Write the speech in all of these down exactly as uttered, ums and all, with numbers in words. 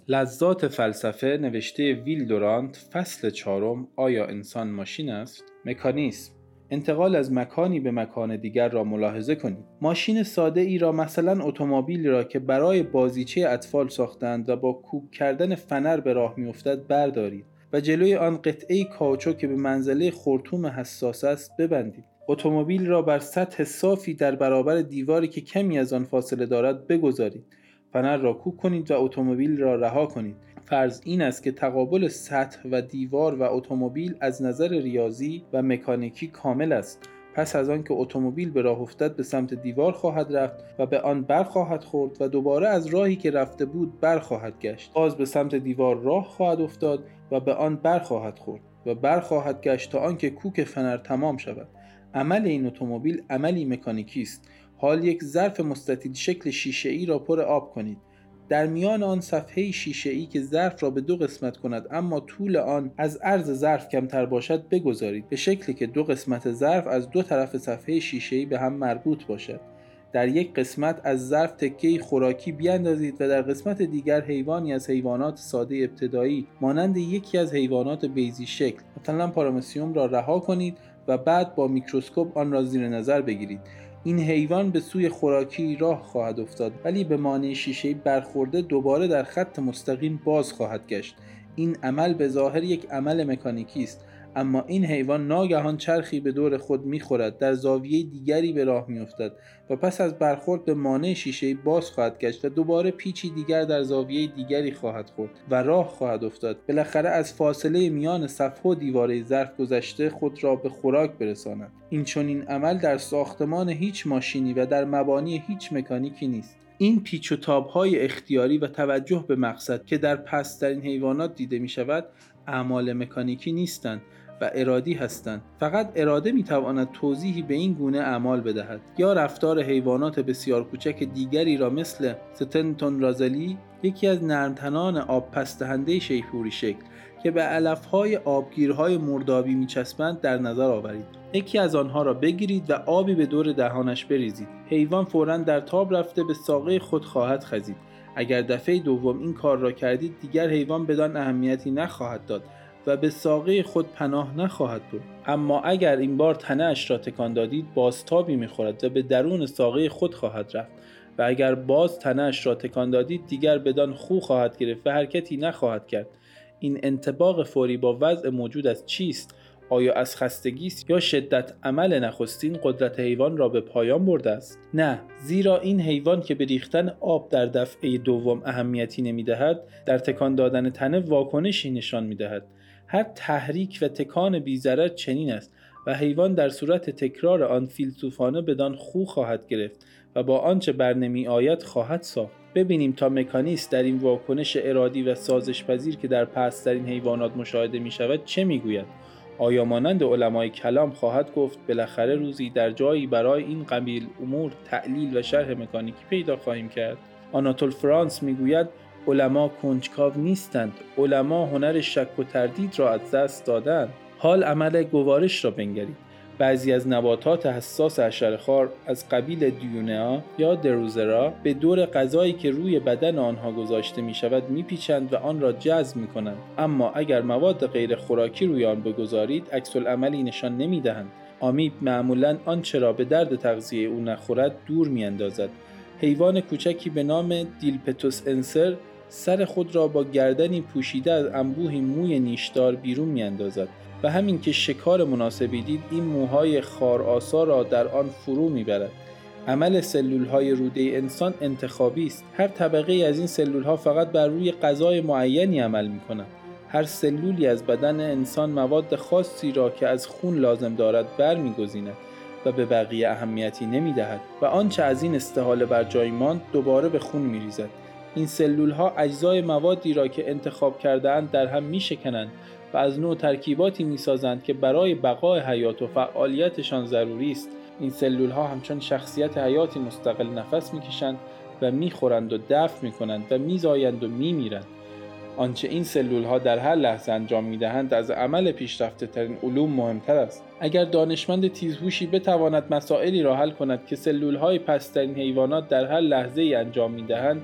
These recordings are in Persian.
لذات فلسفه نوشته ویل دورانت، فصل چهارم، آیا انسان ماشین است؟ مکانیسم. انتقال از مکانی به مکان دیگر را ملاحظه کنید. ماشین ساده ای را، مثلا اتومبیلی را که برای بازیچه اطفال ساختند و با کوک کردن فنر به راه میافتد بردارید و جلوی آن قطعه کاوچو که به منزله خرطوم حساس است ببندید. اتومبیل را بر سطح صافی در برابر دیواری که کمی از آن فاصله دارد بگذارید. فنر را کوک کنید و اتومبیل را رها کنید. فرض این است که تقابل سطح و دیوار و اتومبیل از نظر ریاضی و مکانیکی کامل است. پس از آن که اتومبیل به راه افتد به سمت دیوار خواهد رفت و به آن بر خواهد خورد و دوباره از راهی که رفته بود بر خواهد گشت. باز به سمت دیوار راه خواهد افتاد و به آن بر خواهد خورد و بر خواهد گشت تا آنکه کوک فنر تمام شود. عمل این اتومبیل عملی مکانیکی است. حال یک ظرف مستطیل شکل شیشه‌ای را پر آب کنید. در میان آن صفحه شیشه‌ای که ظرف را به دو قسمت کند اما طول آن از عرض ظرف کمتر باشد بگذارید، به شکلی که دو قسمت ظرف از دو طرف صفحه شیشه‌ای به هم مربوط باشد. در یک قسمت از ظرف تکه‌ای خوراکی بیاندازید و در قسمت دیگر حیوانی از حیوانات ساده ابتدایی مانند یکی از حیوانات بیضی شکل مثلا پارامسیوم را رها کنید و بعد با میکروسکوپ آن را زیر نظر بگیرید. این حیوان به سوی خوراکی راه خواهد افتاد ولی به مانع شیشه‌ای برخورده دوباره در خط مستقیم باز خواهد گشت. این عمل به ظاهر یک عمل مکانیکی است، اما این حیوان ناگهان چرخی به دور خود می‌خورد، در زاویه دیگری به راه می‌افتد و پس از برخورد به مانع شیشه‌ای باز خواهد گشت و دوباره پیچی دیگر در زاویه دیگری خواهد خورد و راه خواهد افتاد. بالاخره از فاصله میان صفحه و دیواره ظرف گذشته خود را به خوراک برساند. این چنین عمل در ساختمان هیچ ماشینی و در مبانی هیچ مکانیکی نیست. این پیچ و تاب‌های اختیاری و توجه به مقصد که در پست‌ترین حیوانات دیده می‌شود، اعمال مکانیکی نیستند و ارادی هستند. فقط اراده میتواند توضیحی به این گونه اعمال بدهد. یا رفتار حیوانات بسیار کوچک دیگری را مثل ستنتون رازلی، یکی از نرمتنان آب پس دهنده شیپوری شکل که به علف‌های آبگیرهای مردابی میچسبند در نظر آورید. یکی از آنها را بگیرید و آبی به دور دهانش بریزید. حیوان فوراً در تاب رفته به ساقه خود خواهد خزید. اگر دفعه دوم این کار را کردید دیگر حیوان بدان اهمیتی نخواهد داد و به ساقه خود پناه نخواهد برد. اما اگر این بار تنه‌اش را تکان دادید بازتابی می‌خورد و به درون ساقه خود خواهد رفت و اگر باز تنه‌اش را تکان دادید دیگر بدان خو خواهد گرفت و حرکتی نخواهد کرد. این انطباق فوری با وضع موجود از چیست؟ آیا از خستگی است یا شدت عمل نخستین قدرت حیوان را به پایان برده است؟ نه، زیرا این حیوان که به ریختن آب در دفعه دوم اهمیتی نمی‌دهد، در تکان دادن تنه واکنشی نشان می‌دهد. هر تحریک و تکان بی‌ضرر چنین است و حیوان در صورت تکرار آن فیلسوفانه بدان خو خواهد گرفت و با آنچه بر نمی آید خواهد ساخت. ببینیم تا مکانیست در این واکنش ارادی و سازش پذیر که در پست‌ترین حیوانات مشاهده می شود چه می گوید؟ آیا مانند علمای کلام خواهد گفت بالاخره روزی در جایی برای این قبیل امور تعلیل و شرح مکانیکی پیدا خواهیم کرد؟ آناتول فرانس می گوید علما کنجکاو نیستند، علما هنر شک و تردید را از دست دادند. حال عمل گوارش را بنگرید. بعضی از نباتات حساس حشره‌خوار از قبیل دیونیا یا دروزرا به دور غذایی که روی بدن آنها گذاشته می شود می پیچند و آن را جذب می کنند، اما اگر مواد غیر خوراکی روی آن بگذارید عکس العملی نشان نمی دهند. آمیب معمولاً آنچه را به درد تغذیه او نخورد دور می اندازد. حیوان کوچکی به نام دیلپتوس انسر سر خود را با گردنی پوشیده از انبوهی موی نیشدار بیرون می اندازد و همین که شکار مناسبی دید این موهای خارآسا را در آن فرو می برد. عمل سلولهای روده انسان انتخابی است. هر طبقه از این سلولها فقط بر روی غذای معینی عمل می کنند. هر سلولی از بدن انسان مواد خاصی را که از خون لازم دارد برمی‌گزیند و به بقیه اهمیتی نمی دهد و آنچه از این استحاله بر جای ماند دوباره به خون می ریزد. این سلولها اجزای موادی را که انتخاب کرده‌اند در هم می شکنند و از نوع ترکیباتی می سازند که برای بقای حیات و فعالیتشان ضروری است. این سلولها همچون شخصیت حیاتی مستقل نفس می کشند و می خورند و دفع می کنند و می زایند و می میرند. آنچه این سلولها در هر لحظه انجام می دهند از عمل پیشرفته ترین علوم مهمتر است. اگر دانشمند تیزهوشی بتواند مسائلی را حل کند که سلولهای پست‌ترین حیوانات در هر لحظه ای انجام می دهند،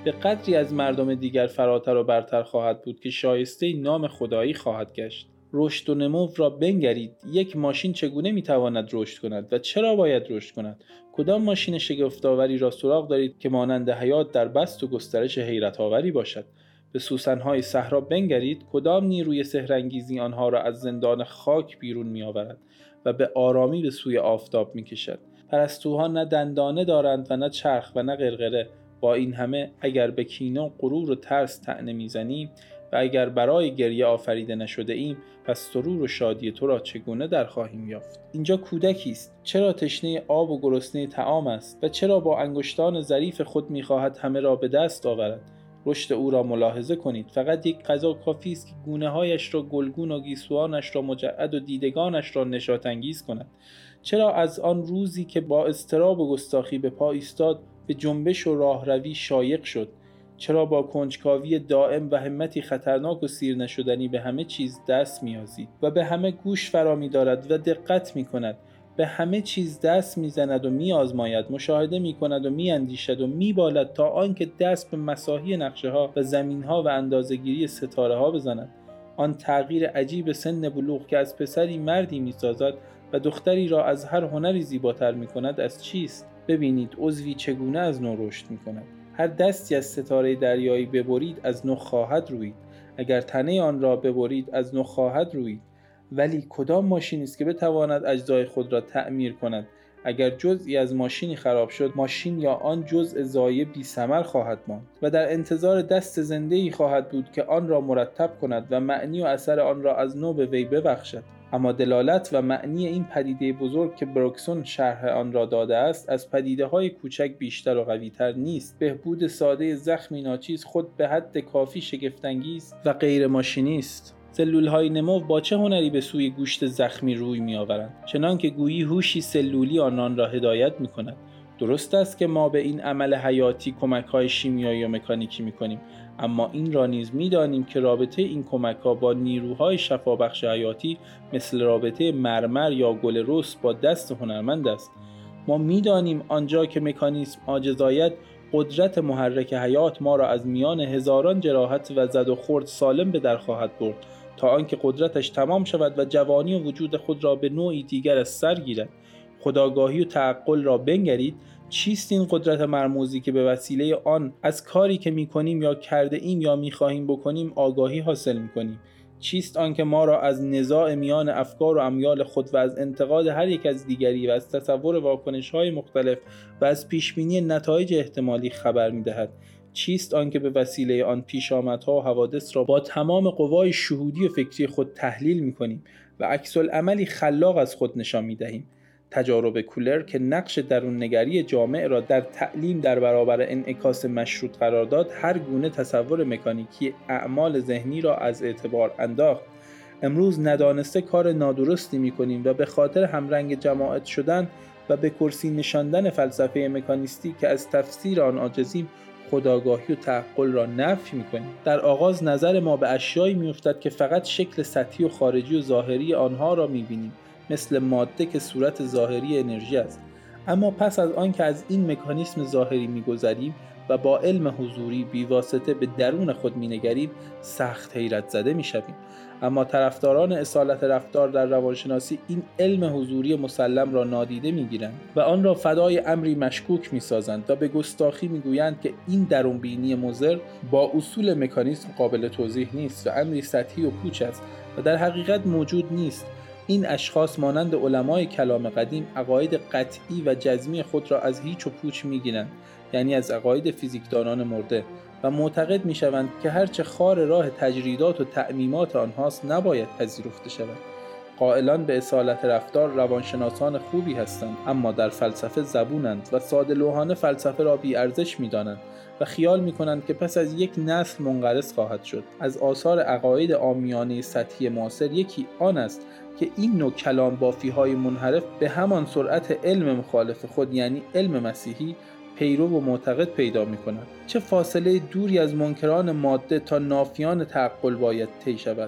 به قدری از مردم دیگر فراتر و برتر خواهد بود که شایسته نام خدایی خواهد گشت. رشد و نمو را بنگرید. یک ماشین چگونه میتواند رشد کند و چرا باید رشد کند؟ کدام ماشین شگفت‌آوری را سراغ دارید که مانند حیات در بسط و گسترش حیرت‌آوری باشد؟ به سوسن‌های صحرا بنگرید. کدام نیروی سحرانگیزی آنها را از زندان خاک بیرون می‌آورد و به آرامی به سوی آفتاب می‌کشد؟ پرستوها نه دندانه دارند و نه چرخ و نه غرغره. با این همه اگر به کینه و غرور و ترس طعنه می‌زنیم و اگر برای گریه آفریده نشده ایم، پس سرور و شادی تو را چگونه در خواهیم یافت؟ اینجا کودکی است. چرا تشنه آب و گرسنه طعام است و چرا با انگشتان ظریف خود می‌خواهد همه را به دست آورد؟ رشد او را ملاحظه کنید. فقط یک غذا کافی است که گونه‌هایش را گلگون و گیسوانش را مجعد و دیدگانش را نشاط‌انگیز کند. چرا از آن روزی که با اضطراب و گستاخی به پا ایستاد، به جنبش و راهروی شایق شد؟ چرا با کنجکاوی دائم و همتی خطرناک و سیر نشدنی به همه چیز دست می‌یازید و به همه گوش فرا می‌دارد و دقت می‌کند؟ به همه چیز دست می‌زند و می‌آزماید، مشاهده می‌کند و می‌اندیشد و می‌بالد تا آنکه دست به مساحی نقشه‌ها و زمین‌ها و اندازه‌گیری ستاره‌ها بزند. آن تغییر عجیب سن بلوغ که از پسری مردی می‌سازد و دختری را از هر هنری زیباتر می‌کند از چیست؟ ببینید عضوی چگونه از نو رشد می‌کند. هر دستی از ستاره دریایی ببرید از نو خواهد روید. اگر تنه آن را ببرید از نو خواهد روید. ولی کدام ماشینی است که بتواند اجزای خود را تعمیر کند؟ اگر جزئی از ماشینی خراب شد، ماشین یا آن جزء ضایع بی ثمر خواهد ماند و در انتظار دست زنده‌ای خواهد بود که آن را مرتب کند و معنی و اثر آن را از نو به وی ببخشد. اما دلالت و معنی این پدیده بزرگ که بروکسون شرح آن را داده است، از پدیده‌های کوچک بیشتر و قوی‌تر نیست. بهبود ساده زخمی ناچیز خود به حد کافی شگفت‌انگیز و غیر ماشینی است. سلول‌های نمو با چه هنری به سوی گوشت زخمی روی می‌آورند، چنان که گویی هوشی سلولی آنان را هدایت می‌کند. درست است که ما به این عمل حیاتی کمک‌های شیمیایی و مکانیکی می‌کنیم، اما این را نیز می‌دانیم که رابطه این کمک‌ها با نیروهای شفابخش حیاتی مثل رابطه مرمر یا گل رس با دست هنرمند است. ما می‌دانیم آنجا که مکانیسم عاجز آید، قدرت محرک حیات ما را از میان هزاران جراحت و زد و خورد سالم به در خواهد برد تا آنکه قدرتش تمام شود و جوانی و وجود خود را به نوعی دیگر از سر گیرد. خودآگاهی و تعقل را بنگرید. چیست این قدرت مرموزی که به وسیله آن از کاری که می‌کنیم یا کرده ایم یا می‌خواهیم بکنیم آگاهی حاصل می‌کنیم؟ چیست آن که ما را از نزاع میان افکار و امیال خود و از انتقاد هر یک از دیگری و از تصور واکنش‌های مختلف و از پیشبینی نتایج احتمالی خبر می‌دهد؟ چیست آن که به وسیله آن پیشامدها و حوادث را با تمام قوای شهودی و فکری خود تحلیل می‌کنیم و عکس‌العملی خلاق از خود نشان می‌دهیم؟ تجارب کولر که نقش درون نگری جامع را در تعلیم در برابر انعکاس مشروط قرار داد، هر گونه تصور مکانیکی اعمال ذهنی را از اعتبار انداخت. امروز ندانسته کار نادرستی می‌کنیم و به خاطر همرنگ جماعت شدن و به کرسی نشاندن فلسفه مکانیستی که از تفسیر آن عاجزیم، خودآگاهی و تعقل را نفی می‌کنیم. در آغاز نظر ما به اشیایی می‌افتد که فقط شکل سطحی و خارجی و ظاهری آنها را می‌بینیم، مثل ماده که صورت ظاهری انرژی است. اما پس از آن که از این مکانیسم ظاهری می‌گذریم و با علم حضوری بیواسطه به درون خود می‌نگریم، سخت حیرت زده می‌شویم. اما طرفداران اصالت رفتار در روانشناسی این علم حضوری مسلم را نادیده می‌گیرند و آن را فدای امری مشکوک می‌سازند و به گستاخی می‌گویند که این درونبینی مضر با اصول مکانیسم قابل توضیح نیست و امری سطحی و پوچ است و در حقیقت موجود نیست. این اشخاص مانند علمای کلام قدیم عقاید قطعی و جزمی خود را از هیچ و پوچ می‌گیرند، یعنی از عقاید فیزیکدانان مرده، و معتقد می‌شوند که هرچه خار راه تجریدات و تعمیمات آنهاست نباید پذیرفته شود. قائلان به اصالت رفتار روانشناسان خوبی هستند، اما در فلسفه زبونند و ساده لوحانه فلسفه را بی ارزش می‌دانند و خیال می‌کنند که پس از یک نسل منقرض خواهد شد. از آثار عقاید عامیانه سطحی معاصر یکی آن است که این نوع کلام بافی‌های منحرف به همان سرعت علم مخالف خود، یعنی علم مسیحی، پیرو و معتقد پیدا می‌کند. چه فاصله دوری از منکران ماده تا نافیان تعقل باید طی شود.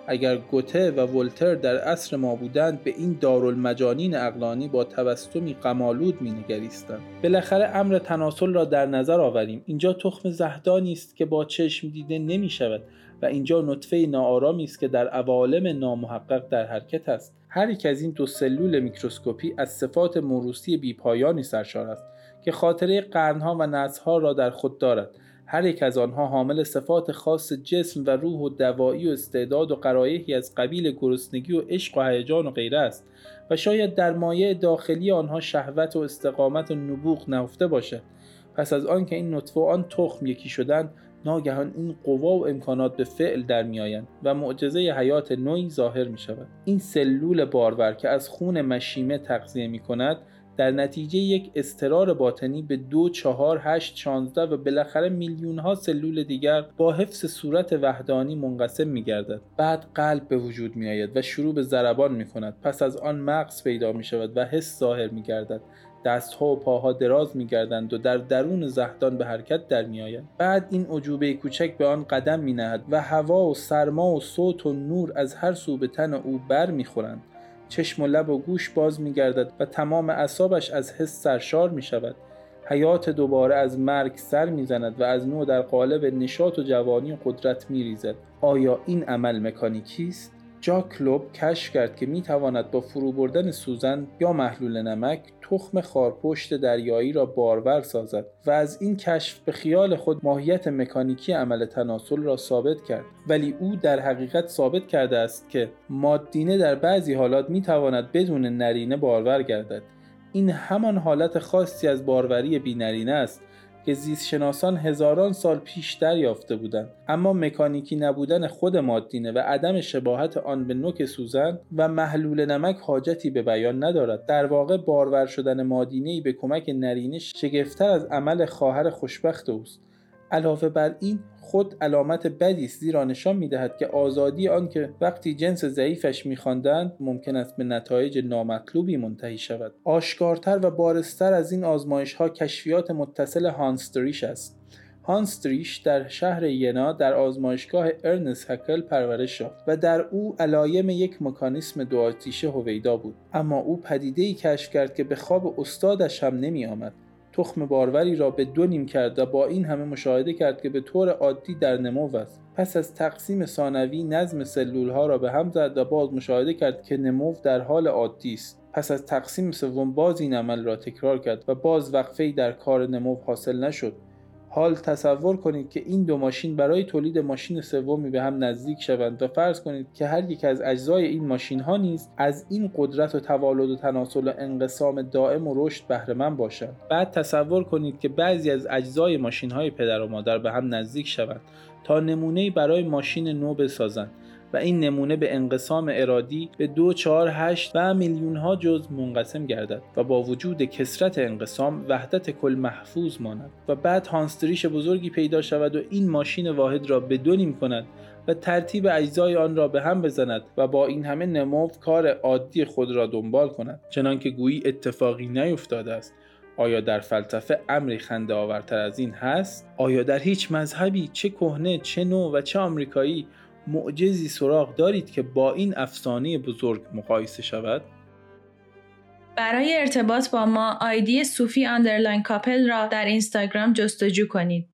اگر گوته و ولتر در عصر ما بودند به این دارالمجانین عقلانی با تبسمی غم‌آلود می‌نگریستند. بالاخره امر تناسل را در نظر آوریم. اینجا تخم زهدانی است که با چشم دیده نمی‌شود و اینجا نطفه ناآرامی است که در عوالم نامحقق در حرکت است. هر یک از این دو سلول میکروسکوپی از صفات موروثی بی‌پایانی سرشار است که خاطره قرن‌ها و نسل‌ها را در خود دارد. هر یک از آنها حامل صفات خاص جسم و روح و دوایی و استعداد و غرایحی از قبیل گرسنگی و عشق و هیجان و غیره است و شاید در مایع داخلی آنها شهوت و استقامت و نبوغ نهفته باشد. پس از آن که این نطفه و آن تخم یکی شدند، ناگهان این قوا و امکانات به فعل در می آیند و معجزه حیات نوعی ظاهر می شود. این سلول بارور که از خون مشیمه تغذیه می کند در نتیجه یک اضطرار باطنی به دو، چهار، هشت، شانزده و بالاخره میلیون ها سلول دیگر با حفظ صورت وحدانی منقسم می گردد. بعد قلب به وجود می آید و شروع به ضربان می کند. پس از آن مغز پیدا می شود و حس ظاهر می گردد. دستها و پاها دراز می گردند و در درون زهدان به حرکت در می آید. بعد این عجوبه کوچک به آن قدم می نهد و هوا و سرما و صوت و نور از هر سو به تن او بر می خورند. چشم و لب و گوش باز می گردد و تمام اعصابش از حس سرشار می شود. حیات دوباره از مرگ سر می زند و از نو در قالب نشاط و جوانی و قدرت می ریزد. آیا این عمل مکانیکی است؟ ژاک لوب کشف کرد که می تواند با فرو بردن سوزن یا محلول نمک تخم خارپشت دریایی را بارور سازد و از این کشف به خیال خود ماهیت مکانیکی عمل تناسل را ثابت کرد. ولی او در حقیقت ثابت کرده است که مادینه در بعضی حالات می تواند بدون نرینه بارور گردد. این همان حالت خاصی از باروری بی‌نرینه است که زیستشناسان هزاران سال پیش دریافته بودند، اما مکانیکی نبودن خود مادینه و عدم شباهت آن به نوک سوزن و محلول نمک حاجتی به بیان ندارد. در واقع بارور شدن مادینه‌ای به کمک نرینه شگفت‌تر از عمل خواهر خوشبخت اوست. علاوه بر این خود علامت بدی است، زیرا نشان می‌دهد که آزادی آن که وقتی جنس ضعیفش می‌خواندند ممکن است به نتایج نامطلوبی منتهی شود. آشکارتر و بارزتر از این آزمایش‌ها کشفیات متصل هانستریش است. هانستریش در شهر ینا در آزمایشگاه ارنست هکل پرورش یافت و در او علایم یک مکانیسم دو آتیشه هویدا بود، اما او پدیده‌ای کشف کرد که به خواب استادش هم نمی‌آمد. تخم باروری را به دو نیم کرد و با این همه مشاهده کرد که به طور عادی در نمو است. پس از تقسیم ثانوی نظم سلول‌ها را به هم زد و باز مشاهده کرد که نمو در حال عادی است. پس از تقسیم سوم باز این عمل را تکرار کرد و باز وقفه‌ای در کار نمو حاصل نشد. حال تصور کنید که این دو ماشین برای تولید ماشین سومی به هم نزدیک شوند و فرض کنید که هر یک از اجزای این ماشین ها نیز از این قدرت و تولد و تناسل و انقسام دائم و رشد بهره مند باشند. بعد تصور کنید که بعضی از اجزای ماشین های پدر و مادر به هم نزدیک شوند تا نمونه‌ای برای ماشین نو بسازند و این نمونه به انقسام ارادی به دو، چهار، هشت و میلیون ها جزء منقسم گردد و با وجود کثرت انقسام وحدت کل محفوظ ماند و بعد هانستریش بزرگی پیدا شود و این ماشین واحد را به دو نیم کند و ترتیب اجزای آن را به هم بزند و با این همه نمو کار عادی خود را دنبال کند، چنانکه گویی اتفاقی نیفتاده است. آیا در فلسفه امری خنده آورتر از این هست؟ آیا در هیچ مذهبی، چه کهنه، چه نو و چه آمریکایی، معجزی سراغ دارید که با این افسانه بزرگ مقایسه شود؟ برای ارتباط با ما آیدی صوفی اندرلاین کاپل را در اینستاگرام جستجو کنید.